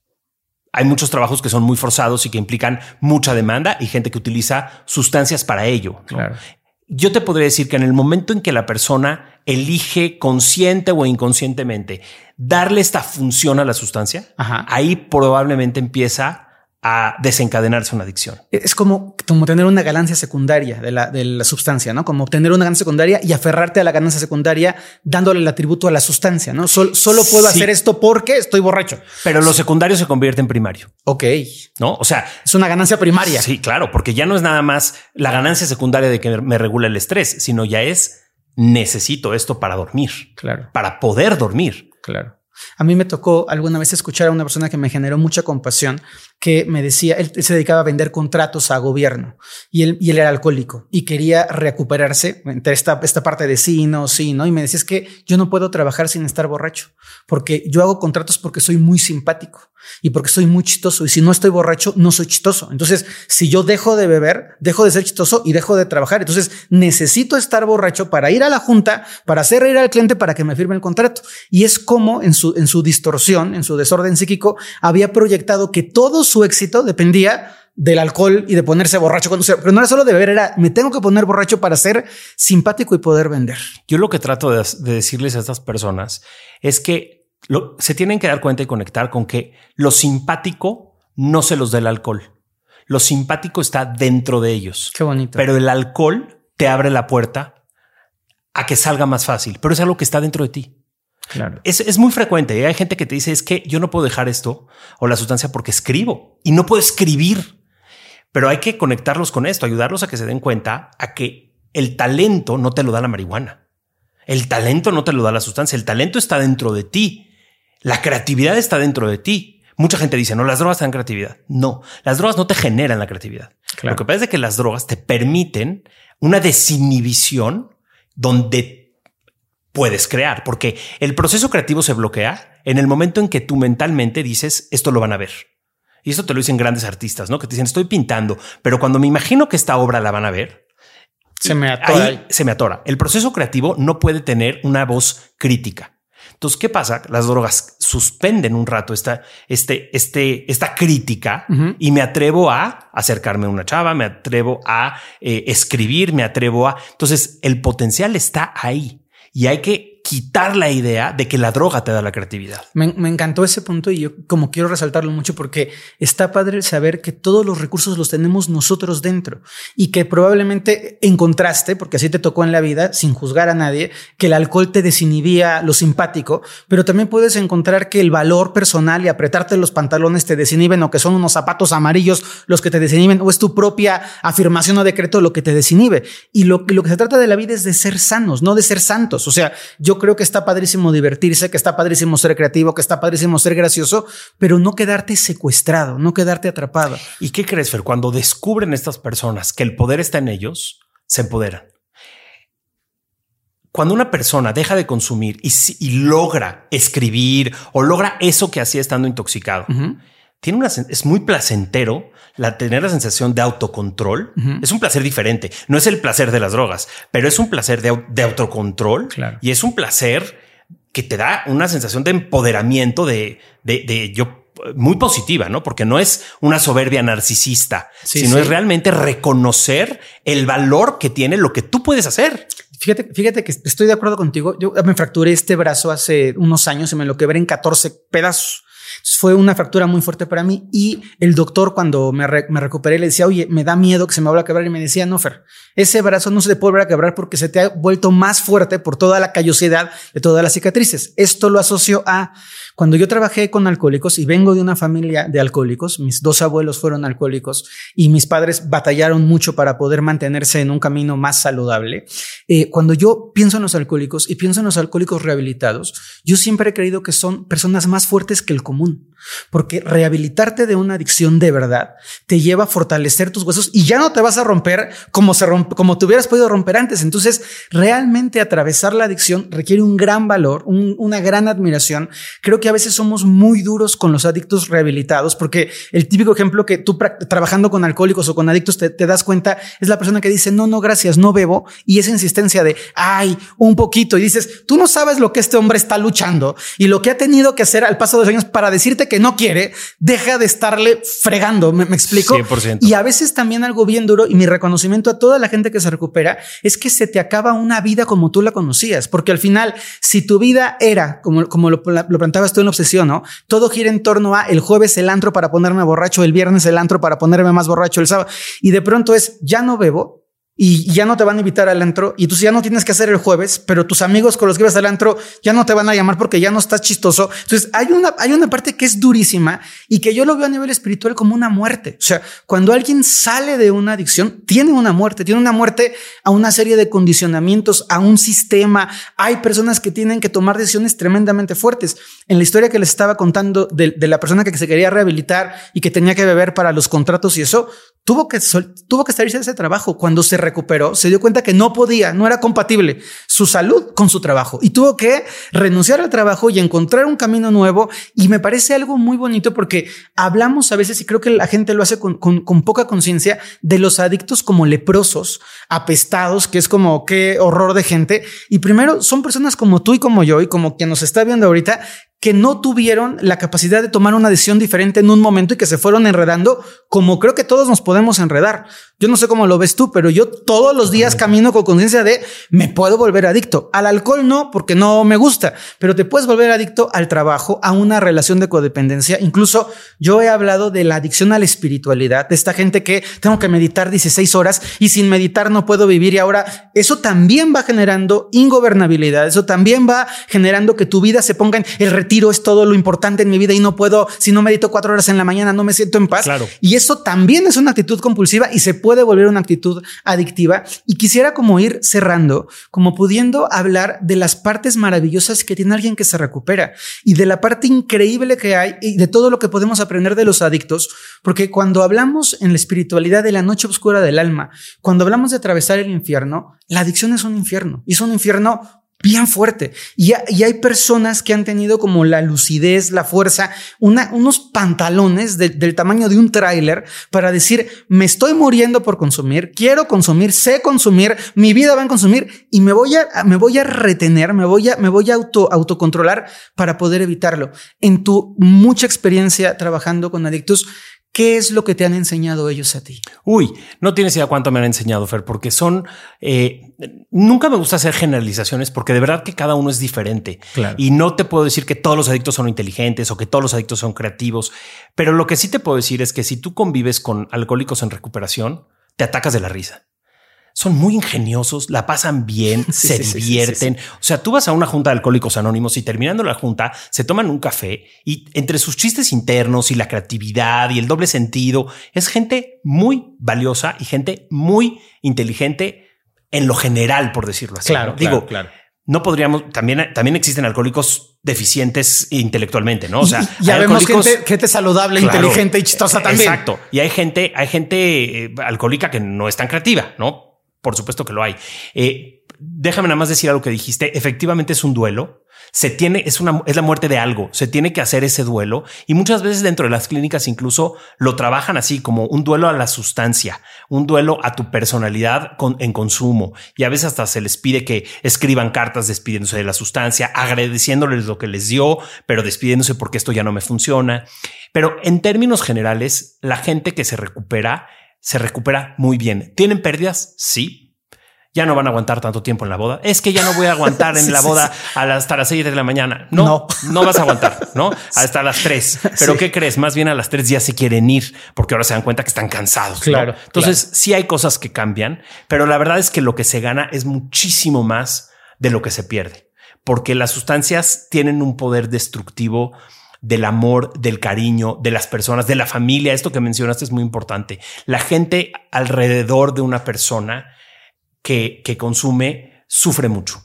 hay muchos trabajos que son muy forzados y que implican mucha demanda y gente que utiliza sustancias para ello, ¿no? Claro. Yo te podría decir que en el momento en que la persona elige consciente o inconscientemente darle esta función a la sustancia, Ajá. ahí probablemente empieza a desencadenarse una adicción. Es como, como tener una ganancia secundaria de la, de la sustancia, ¿no? Como obtener una ganancia secundaria y aferrarte a la ganancia secundaria dándole el atributo a la sustancia, ¿no? Solo, solo puedo sí. hacer esto porque estoy borracho. Pero lo secundario se convierte en primario. Ok. ¿No? O sea... Es una ganancia primaria. Sí, claro, porque ya no es nada más la ganancia secundaria de que me regula el estrés, sino ya es necesito esto para dormir. Claro. Para poder dormir. Claro. A mí me tocó alguna vez escuchar a una persona que me generó mucha compasión, que me decía, él, él se dedicaba a vender contratos a gobierno y él, y él era alcohólico y quería recuperarse entre esta, esta parte de sí, no, sí, no. Y me decía, es que yo no puedo trabajar sin estar borracho porque yo hago contratos porque soy muy simpático y porque soy muy chistoso. Y si no estoy borracho, no soy chistoso. Entonces, si yo dejo de beber, dejo de ser chistoso y dejo de trabajar. Entonces, necesito estar borracho para ir a la junta, para hacer reír al cliente, para que me firme el contrato. Y es como en su, en su distorsión, en su desorden psíquico, había proyectado que todo su éxito dependía del alcohol y de ponerse borracho cuando sea, pero no era solo de beber, era me tengo que poner borracho para ser simpático y poder vender. Yo lo que trato de, de decirles a estas personas es que lo, se tienen que dar cuenta y conectar con que lo simpático no se los da el alcohol. Lo simpático está dentro de ellos. Qué bonito. Pero el alcohol te abre la puerta a que salga más fácil, pero es algo que está dentro de ti. Claro. Es, es muy frecuente. ¿eh? Hay gente que te dice es que yo no puedo dejar esto o la sustancia porque escribo y no puedo escribir, pero hay que conectarlos con esto, ayudarlos a que se den cuenta a que el talento no te lo da la marihuana. El talento no te lo da la sustancia. El talento está dentro de ti. La creatividad está dentro de ti. Mucha gente dice, no, las drogas te dan creatividad. No, las drogas no te generan la creatividad. Claro. Lo que pasa es que las drogas te permiten una desinhibición donde puedes crear, porque el proceso creativo se bloquea en el momento en que tú mentalmente dices esto lo van a ver. Y esto te lo dicen grandes artistas, ¿no? Que te dicen estoy pintando, pero cuando me imagino que esta obra la van a ver, se me atora. Ahí se me atora. El proceso creativo no puede tener una voz crítica. Entonces, ¿qué pasa? Las drogas suspenden un rato esta, este, este, esta crítica uh-huh. y me atrevo a acercarme a una chava, me atrevo a eh, escribir, me atrevo a... Entonces, el potencial está ahí. Y hay que quitar la idea de que la droga te da la creatividad. Me, me encantó ese punto y yo como quiero resaltarlo mucho porque está padre saber que todos los recursos los tenemos nosotros dentro y que probablemente encontraste, porque así te tocó en la vida, sin juzgar a nadie, que el alcohol te desinhibía lo simpático, pero también puedes encontrar que el valor personal y apretarte los pantalones te desinhiben o que son unos zapatos amarillos los que te desinhiben o es tu propia afirmación o decreto lo que te desinhibe. Y lo, lo que se trata de la vida es de ser sanos, no de ser santos. O sea, yo creo que está padrísimo divertirse, que está padrísimo ser creativo, que está padrísimo ser gracioso, pero no quedarte secuestrado, no quedarte atrapado. ¿Y qué crees, Fer? Cuando descubren estas personas que el poder está en ellos, se empoderan. Cuando una persona deja de consumir y, y logra escribir o logra eso que hacía estando intoxicado, uh-huh. tiene una, es muy placentero la tener la sensación de autocontrol. Uh-huh. Es un placer diferente. No es el placer de las drogas, pero es un placer de, de autocontrol. Claro. Y es un placer que te da una sensación de empoderamiento de, de, de yo muy positiva, ¿no? Porque no es una soberbia narcisista, sí, sino sí. es realmente reconocer el valor que tiene lo que tú puedes hacer. Fíjate, fíjate que estoy de acuerdo contigo. Yo me fracturé este brazo hace unos años y me lo quebré en catorce pedazos. Fue una fractura muy fuerte para mí y el doctor cuando me, re, me recuperé le decía, oye, me da miedo que se me vuelva a quebrar y me decía, no, Fer, ese brazo no se te puede volver a quebrar porque se te ha vuelto más fuerte por toda la callosidad de todas las cicatrices. Esto lo asocio a cuando yo trabajé con alcohólicos y vengo de una familia de alcohólicos, mis dos abuelos fueron alcohólicos y mis padres batallaron mucho para poder mantenerse en un camino más saludable. Eh, cuando yo pienso en los alcohólicos y pienso en los alcohólicos rehabilitados, yo siempre he creído que son personas más fuertes que el común, porque rehabilitarte de una adicción de verdad te lleva a fortalecer tus huesos y ya no te vas a romper como se rompe, como te hubieras podido romper antes. Entonces, realmente atravesar la adicción requiere un gran valor, un, una gran admiración. Creo que a veces somos muy duros con los adictos rehabilitados, porque el típico ejemplo que tú trabajando con alcohólicos o con adictos te, te das cuenta es la persona que dice, no, no, gracias, no bebo. Y esa insistencia de, ay, un poquito. Y dices, tú no sabes lo que este hombre está luchando y lo que ha tenido que hacer al paso de los años para decirte que no quiere, deja de estarle fregando. ¿Me, me explico? cien por ciento. Y a veces también algo bien duro, y mi reconocimiento a toda la gente que se recupera, es que se te acaba una vida como tú la conocías. Porque al final, si tu vida era, como, como lo, lo planteabas tú en Obsesión, ¿no? Todo gira en torno a el jueves el antro para ponerme borracho, el viernes el antro para ponerme más borracho, el sábado. Y de pronto es, ya no bebo, y ya no te van a invitar al antro y tú ya no tienes que hacer el jueves, pero tus amigos con los que ibas al antro ya no te van a llamar porque ya no estás chistoso. Entonces hay una, hay una parte que es durísima y que yo lo veo a nivel espiritual como una muerte. O sea, cuando alguien sale de una adicción, tiene una muerte, tiene una muerte a una serie de condicionamientos, a un sistema. Hay personas que tienen que tomar decisiones tremendamente fuertes. En la historia que les estaba contando de, de la persona que se quería rehabilitar y que tenía que beber para los contratos y eso, tuvo que, tuvo que salirse de ese trabajo. Cuando se recuperó, se dio cuenta que no podía, no era compatible su salud con su trabajo y tuvo que renunciar al trabajo y encontrar un camino nuevo. Y me parece algo muy bonito porque hablamos a veces, y creo que la gente lo hace con, con, con poca conciencia, de los adictos como leprosos, apestados, que es como qué horror de gente. Y primero son personas como tú y como yo y como quien nos está viendo ahorita, que no tuvieron la capacidad de tomar una decisión diferente en un momento y que se fueron enredando, como creo que todos nos podemos enredar. Yo no sé cómo lo ves tú, pero yo todos los días camino con conciencia de me puedo volver adicto. Al alcohol no, porque no me gusta, pero te puedes volver adicto al trabajo, a una relación de codependencia. Incluso yo he hablado de la adicción a la espiritualidad, de esta gente que tengo que meditar dieciséis horas y sin meditar no puedo vivir. Y ahora eso también va generando ingobernabilidad. Eso también va generando que tu vida se ponga en el retiro. Es todo lo importante en mi vida y no puedo, si no medito cuatro horas en la mañana, no me siento en paz. Claro. Y eso también es una actitud compulsiva y se puede volver una actitud adictiva. Y quisiera como ir cerrando, como pudiendo hablar de las partes maravillosas que tiene alguien que se recupera y de la parte increíble que hay y de todo lo que podemos aprender de los adictos. Porque cuando hablamos en la espiritualidad de la noche oscura del alma, cuando hablamos de atravesar el infierno, la adicción es un infierno y es un infierno bien fuerte. Y, y hay personas que han tenido como la lucidez, la fuerza, una, unos pantalones de, del tamaño de un tráiler para decir, me estoy muriendo por consumir, quiero consumir, sé consumir, mi vida va a consumir y me voy a, me voy a retener, me voy a, me voy a auto, autocontrolar para poder evitarlo. En tu mucha experiencia trabajando con adictos, ¿qué es lo que te han enseñado ellos a ti? Uy, no tienes idea cuánto me han enseñado, Fer, porque son... Eh, nunca me gusta hacer generalizaciones porque de verdad que cada uno es diferente. Claro. Y no te puedo decir que todos los adictos son inteligentes o que todos los adictos son creativos. Pero lo que sí te puedo decir es que si tú convives con alcohólicos en recuperación, te atacas de la risa. Son muy ingeniosos, la pasan bien, sí, se sí, divierten. Sí, sí, sí. O sea, tú vas a una junta de alcohólicos anónimos y terminando la junta se toman un café y entre sus chistes internos y la creatividad y el doble sentido es gente muy valiosa y gente muy inteligente en lo general, por decirlo así. Claro, ¿no? claro, Digo, claro. No podríamos, también, también existen alcohólicos deficientes intelectualmente, ¿no? O sea, y ya vemos gente, gente saludable, claro, inteligente y chistosa también. Exacto. Y hay gente, hay gente eh, alcohólica que no es tan creativa, ¿no? Por supuesto que lo hay. Eh, déjame nada más decir algo que dijiste. Efectivamente es un duelo. Se tiene, es una, es la muerte de algo. Se tiene que hacer ese duelo. Y muchas veces dentro de las clínicas incluso lo trabajan así como un duelo a la sustancia, un duelo a tu personalidad con, en consumo. Y a veces hasta se les pide que escriban cartas despidiéndose de la sustancia, agradeciéndoles lo que les dio, pero despidiéndose porque esto ya no me funciona. Pero en términos generales, la gente que se recupera se recupera muy bien. ¿Tienen pérdidas? Sí. ya no van a aguantar tanto tiempo en la boda. Es que ya no voy a aguantar en sí, la boda sí, sí. hasta las seis de la mañana. No, no, no vas a aguantar, ¿no? Hasta las tres. Pero sí. ¿qué crees? Más bien a las tres ya se quieren ir porque ahora se dan cuenta que están cansados. Claro. ¿no? Entonces claro. sí hay cosas que cambian, pero la verdad es que lo que se gana es muchísimo más de lo que se pierde, porque las sustancias tienen un poder destructivo del amor, del cariño, de las personas, de la familia. Esto que mencionaste es muy importante. La gente alrededor de una persona que, que consume sufre mucho.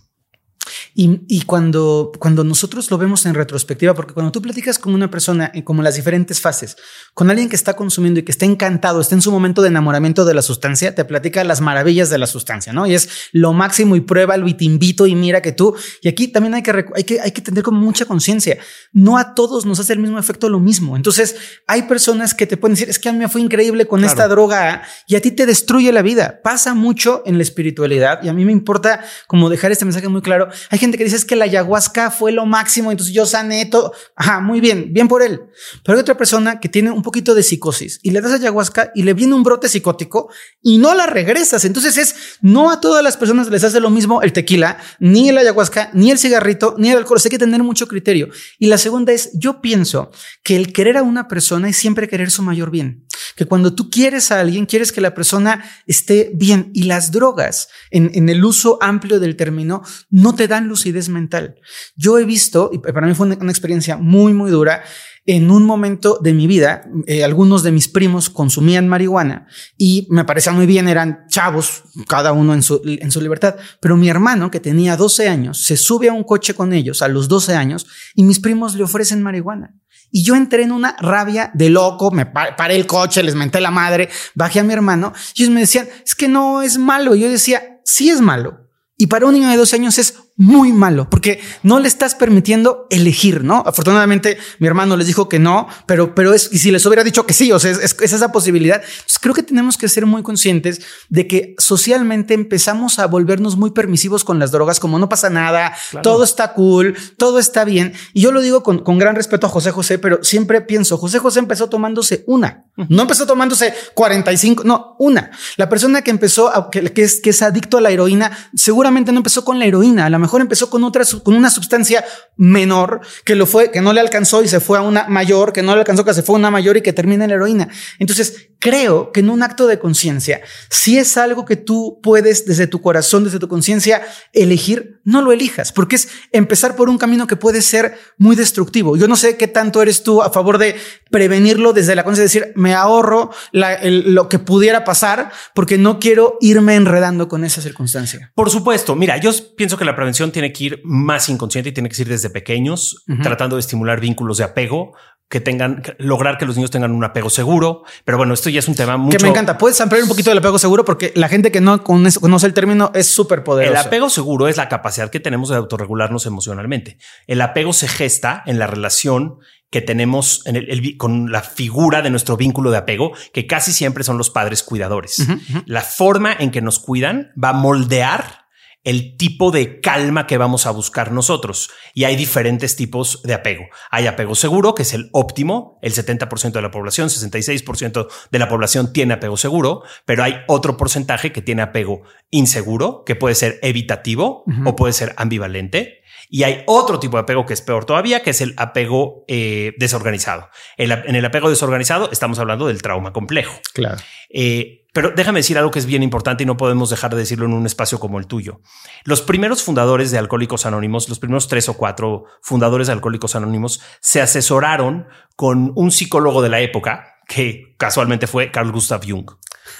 Y, y cuando, cuando nosotros lo vemos en retrospectiva, porque cuando tú platicas con una persona, como las diferentes fases, con alguien que está consumiendo y que está encantado, está en su momento de enamoramiento de la sustancia, te platica las maravillas de la sustancia, ¿no? Y es lo máximo y pruébalo y te invito y mira que tú. Y aquí también hay que, hay que, hay que tener como mucha conciencia. No a todos nos hace el mismo efecto lo mismo. Entonces hay personas que te pueden decir, es que a mí me fue increíble con claro. esta droga y a ti te destruye la vida. Pasa mucho en la espiritualidad y a mí me importa como dejar este mensaje muy claro. Hay gente que dice es que la ayahuasca fue lo máximo, entonces yo sané todo. Ajá, muy bien, bien por él. Pero hay otra persona que tiene un poquito de psicosis y le das ayahuasca y le viene un brote psicótico y no la regresas. Entonces es, no a todas las personas les hace lo mismo el tequila, ni el ayahuasca, ni el cigarrito, ni el alcohol. O sea, hay que tener mucho criterio. Y la segunda es, yo pienso que el querer a una persona es siempre querer su mayor bien. Que cuando tú quieres a alguien, quieres que la persona esté bien. Y las drogas, en, en el uso amplio del término, no te dan lucidez mental. Yo he visto, y para mí fue una, una experiencia muy, muy dura, en un momento de mi vida, eh, algunos de mis primos consumían marihuana y me parecía muy bien, eran chavos, cada uno en su, en su libertad, pero mi hermano, que tenía doce años, se sube a un coche con ellos a los doce años y mis primos le ofrecen marihuana. Y yo entré en una rabia de loco, me paré el coche, les menté la madre, bajé a mi hermano y ellos me decían, es que no es malo. Y yo decía, sí es malo. Y para un niño de doce años es muy malo porque no le estás permitiendo elegir, ¿no? Afortunadamente mi hermano les dijo que no, pero, pero es, y si les hubiera dicho que sí, o sea, es, es, es esa posibilidad. Entonces creo que tenemos que ser muy conscientes de que socialmente empezamos a volvernos muy permisivos con las drogas, como no pasa nada, claro. todo está cool, todo está bien. Y yo lo digo con, con gran respeto a José José, pero siempre pienso, José José empezó tomándose una, no empezó tomándose cuarenta y cinco, no, una. La persona que empezó, a, que, que, es, que es adicto a la heroína, seguramente no empezó con la heroína, a lo mejor empezó con otra, con una sustancia menor que lo fue, que no le alcanzó y se fue a una mayor, que no le alcanzó, que se fue a una mayor y que termina en la heroína. Entonces creo que en un acto de conciencia, si es algo que tú puedes desde tu corazón, desde tu conciencia elegir, no lo elijas, porque es empezar por un camino que puede ser muy destructivo. Yo no sé qué tanto eres tú a favor de prevenirlo desde la conciencia, decir, me ahorro la, el, lo que pudiera pasar porque no quiero irme enredando con esa circunstancia. Por supuesto. Mira, yo pienso que la prevención tiene que ir más inconsciente y tiene que ir desde pequeños, uh-huh. tratando de estimular vínculos de apego, que tengan, lograr que los niños tengan un apego seguro. Pero bueno, esto ya es un tema mucho... Que me encanta. Puedes ampliar un poquito del apego seguro porque la gente que no conoce el término es súper poderoso. El apego seguro es la capacidad que tenemos de autorregularnos emocionalmente. El apego se gesta en la relación que tenemos en el, el, con la figura de nuestro vínculo de apego, que casi siempre son los padres cuidadores. Uh-huh, uh-huh. La forma en que nos cuidan va a moldear el tipo de calma que vamos a buscar nosotros. Y hay diferentes tipos de apego. Hay apego seguro, que es el óptimo. El setenta por ciento de la población, sesenta y seis por ciento de la población tiene apego seguro, pero hay otro porcentaje que tiene apego inseguro, que puede ser evitativo uh-huh. o puede ser ambivalente. Y hay otro tipo de apego que es peor todavía, que es el apego eh, desorganizado. El, en el apego desorganizado estamos hablando del trauma complejo. Claro. Eh, pero déjame decir algo que es bien importante y no podemos dejar de decirlo en un espacio como el tuyo. Los primeros fundadores de Alcohólicos Anónimos, los primeros tres o cuatro fundadores de Alcohólicos Anónimos, se asesoraron con un psicólogo de la época, que casualmente fue Carl Gustav Jung.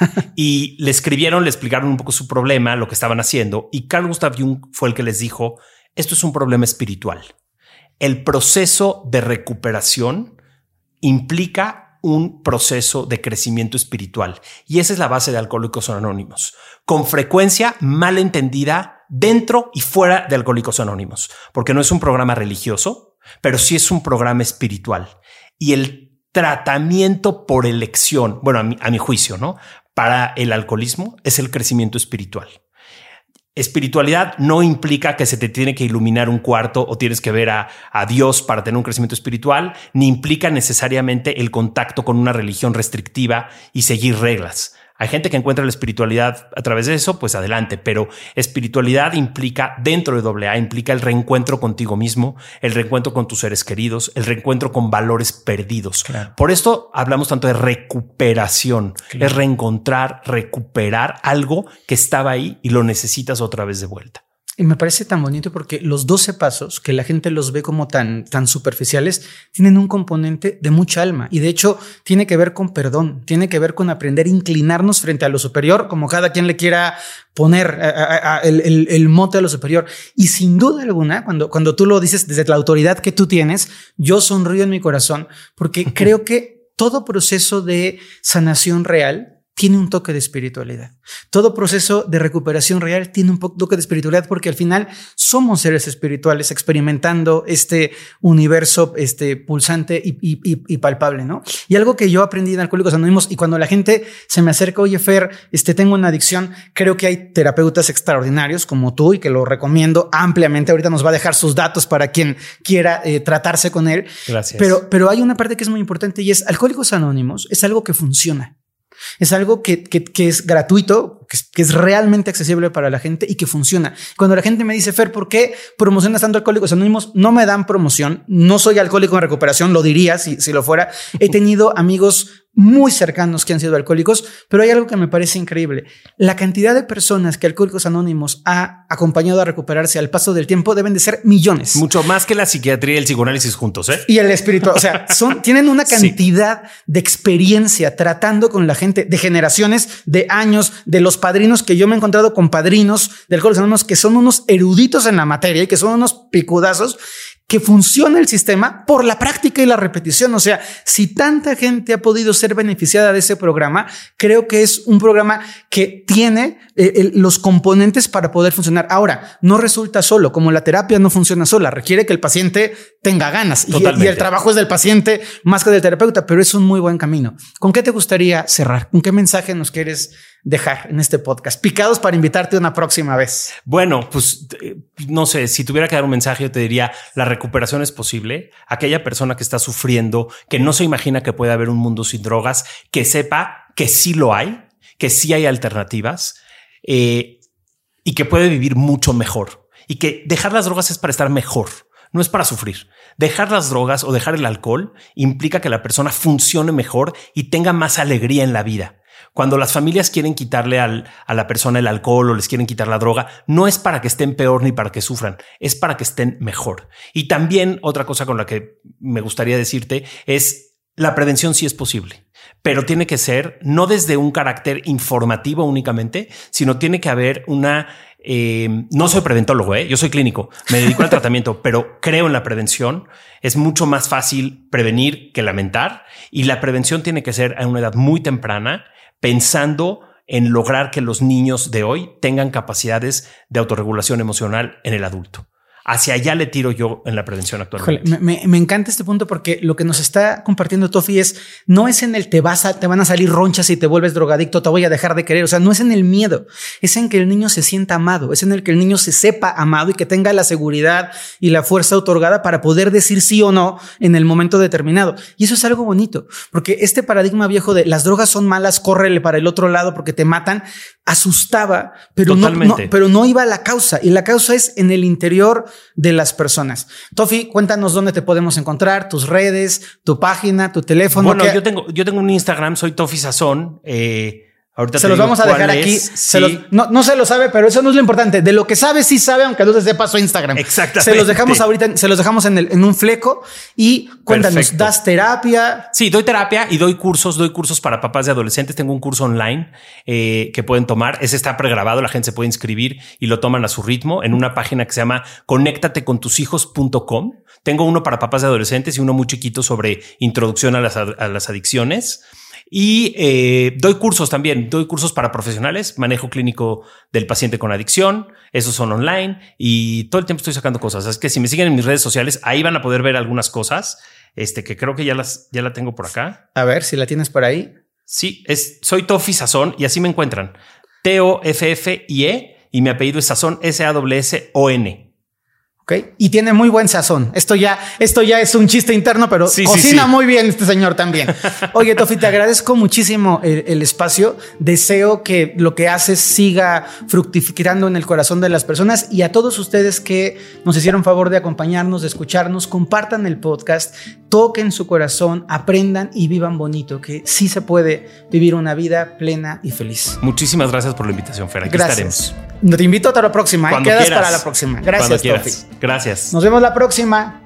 Y le escribieron, le explicaron un poco su problema, lo que estaban haciendo. Y Carl Gustav Jung fue el que les dijo, esto es un problema espiritual. El proceso de recuperación implica un proceso de crecimiento espiritual. Y esa es la base de Alcohólicos Anónimos. Con frecuencia mal entendida dentro y fuera de Alcohólicos Anónimos. Porque no es un programa religioso, pero sí es un programa espiritual. Y el tratamiento por elección, bueno, a mi, a mi juicio, ¿no? Para el alcoholismo es el crecimiento espiritual. Espiritualidad no implica que se te tiene que iluminar un cuarto o tienes que ver a, a Dios para tener un crecimiento espiritual, ni implica necesariamente el contacto con una religión restrictiva y seguir reglas. Hay gente que encuentra la espiritualidad a través de eso, pues adelante, pero espiritualidad implica, dentro de doble A, implica el reencuentro contigo mismo, el reencuentro con tus seres queridos, el reencuentro con valores perdidos. Claro. Por esto hablamos tanto de recuperación, claro. Es reencontrar, recuperar algo que estaba ahí y lo necesitas otra vez de vuelta. Y me parece tan bonito porque los doce pasos, que la gente los ve como tan, tan superficiales, tienen un componente de mucha alma. Y de hecho, tiene que ver con perdón, tiene que ver con aprender a inclinarnos frente a lo superior, como cada quien le quiera poner a, a, a, el, el, el mote a lo superior. Y sin duda alguna, cuando, cuando tú lo dices desde la autoridad que tú tienes, yo sonrío en mi corazón porque creo que todo proceso de sanación real tiene un toque de espiritualidad. Todo proceso de recuperación real tiene un toque de espiritualidad porque al final somos seres espirituales experimentando este universo este, pulsante y, y, y palpable, ¿no? Y algo que yo aprendí en Alcohólicos Anónimos, y cuando la gente se me acerca, oye, Fer, este, tengo una adicción, creo que hay terapeutas extraordinarios como tú y que lo recomiendo ampliamente. Ahorita nos va a dejar sus datos para quien quiera eh, tratarse con él. Gracias. Pero, pero hay una parte que es muy importante y es Alcohólicos Anónimos es algo que funciona. Es algo que, que, que es gratuito, que es, que es realmente accesible para la gente y que funciona. Cuando la gente me dice, Fer, ¿por qué promocionas tanto Alcohólicos Anónimos? No me dan promoción. No soy alcohólico en recuperación, lo diría si, si lo fuera. He tenido amigos muy cercanos que han sido alcohólicos, pero hay algo que me parece increíble. La cantidad de personas que Alcohólicos Anónimos ha acompañado a recuperarse al paso del tiempo deben de ser millones. Mucho más que la psiquiatría y el psicoanálisis juntos, ¿eh? Y el espiritual. O sea, son, tienen una cantidad sí. de experiencia tratando con la gente de generaciones, de años, de los padrinos que yo me he encontrado con padrinos de Alcohólicos Anónimos que son unos eruditos en la materia y que son unos picudazos, que funciona el sistema por la práctica y la repetición. O sea, si tanta gente ha podido ser beneficiada de ese programa, creo que es un programa que tiene eh, el, los componentes para poder funcionar. Ahora, no resulta solo, como la terapia no funciona sola, requiere que el paciente tenga ganas y, y el trabajo es del paciente más que del terapeuta, pero es un muy buen camino. ¿Con qué te gustaría cerrar? ¿Con qué mensaje nos quieres dejar en este podcast? Picados para invitarte una próxima vez. Bueno, pues no sé, si tuviera que dar un mensaje, yo te diría, la recuperación es posible. Aquella persona que está sufriendo, que no se imagina que puede haber un mundo sin drogas, que sepa que sí lo hay, que sí hay alternativas eh, y que puede vivir mucho mejor y que dejar las drogas es para estar mejor. No es para sufrir. Dejar las drogas o dejar el alcohol implica que la persona funcione mejor y tenga más alegría en la vida. Cuando las familias quieren quitarle al, a la persona el alcohol o les quieren quitar la droga, no es para que estén peor ni para que sufran, es para que estén mejor. Y también otra cosa con la que me gustaría decirte es la prevención sí es posible, pero tiene que ser no desde un carácter informativo únicamente, sino tiene que haber una... Eh, no soy preventólogo, ¿eh? Yo soy clínico, me dedico al tratamiento, pero creo en la prevención. Es mucho más fácil prevenir que lamentar y la prevención tiene que ser a una edad muy temprana, pensando en lograr que los niños de hoy tengan capacidades de autorregulación emocional en el adulto. Hacia allá le tiro yo en la prevención actualmente. Híjole, me, me encanta este punto porque lo que nos está compartiendo Tofi es no es en el te vas a, te van a salir ronchas y te vuelves drogadicto, te voy a dejar de querer. O sea, no es en el miedo, es en que el niño se sienta amado, es en el que el niño se sepa amado y que tenga la seguridad y la fuerza otorgada para poder decir sí o no en el momento determinado. Y eso es algo bonito porque este paradigma viejo de las drogas son malas, córrele para el otro lado porque te matan, asustaba, pero no, no, pero no iba a la causa y la causa es en el interior de las personas. Tofi, cuéntanos dónde te podemos encontrar, tus redes, tu página, tu teléfono. Bueno, yo tengo, yo tengo un Instagram, soy Tofi Sazón. Eh, ahorita se los vamos a dejar aquí. Sí. Se los, no, no se lo sabe, pero eso no es lo importante. De lo que sabe, sí sabe, aunque no se sepa su Instagram. Exactamente. Se los dejamos ahorita, se los dejamos en, el, en un fleco y cuéntanos, perfecto. ¿Das terapia? Sí, doy terapia y doy cursos, doy cursos para papás de adolescentes. Tengo un curso online eh, que pueden tomar. Ese está pregrabado, la gente se puede inscribir y lo toman a su ritmo en una página que se llama conéctate con tus hijos punto com. Tengo uno para papás de adolescentes y uno muy chiquito sobre introducción a las, a las adicciones. Y eh, doy cursos también, doy cursos para profesionales, manejo clínico del paciente con adicción, esos son online y todo el tiempo estoy sacando cosas. Así que si me siguen en mis redes sociales, ahí van a poder ver algunas cosas, este que creo que ya las ya la tengo por acá. A ver si la tienes por ahí. Sí, es soy Tofi Sazón y así me encuentran. T O F F I E y mi apellido es Sazón, S A S S O N. ¿Okay? Y tiene muy buen sazón. Esto ya, esto ya es un chiste interno, pero sí, cocina sí, sí. muy bien este señor también. Oye, Tofi, te agradezco muchísimo el, el espacio. Deseo que lo que haces siga fructificando en el corazón de las personas, y a todos ustedes que nos hicieron favor de acompañarnos, de escucharnos, compartan el podcast, toquen su corazón, aprendan y vivan bonito, que sí se puede vivir una vida plena y feliz. Muchísimas gracias por la invitación, Fer. Aquí Gracias. estaremos. Te invito a la próxima. ¿eh? Quedas quieras. para la próxima. Gracias, Tofi. Gracias. Nos vemos la próxima.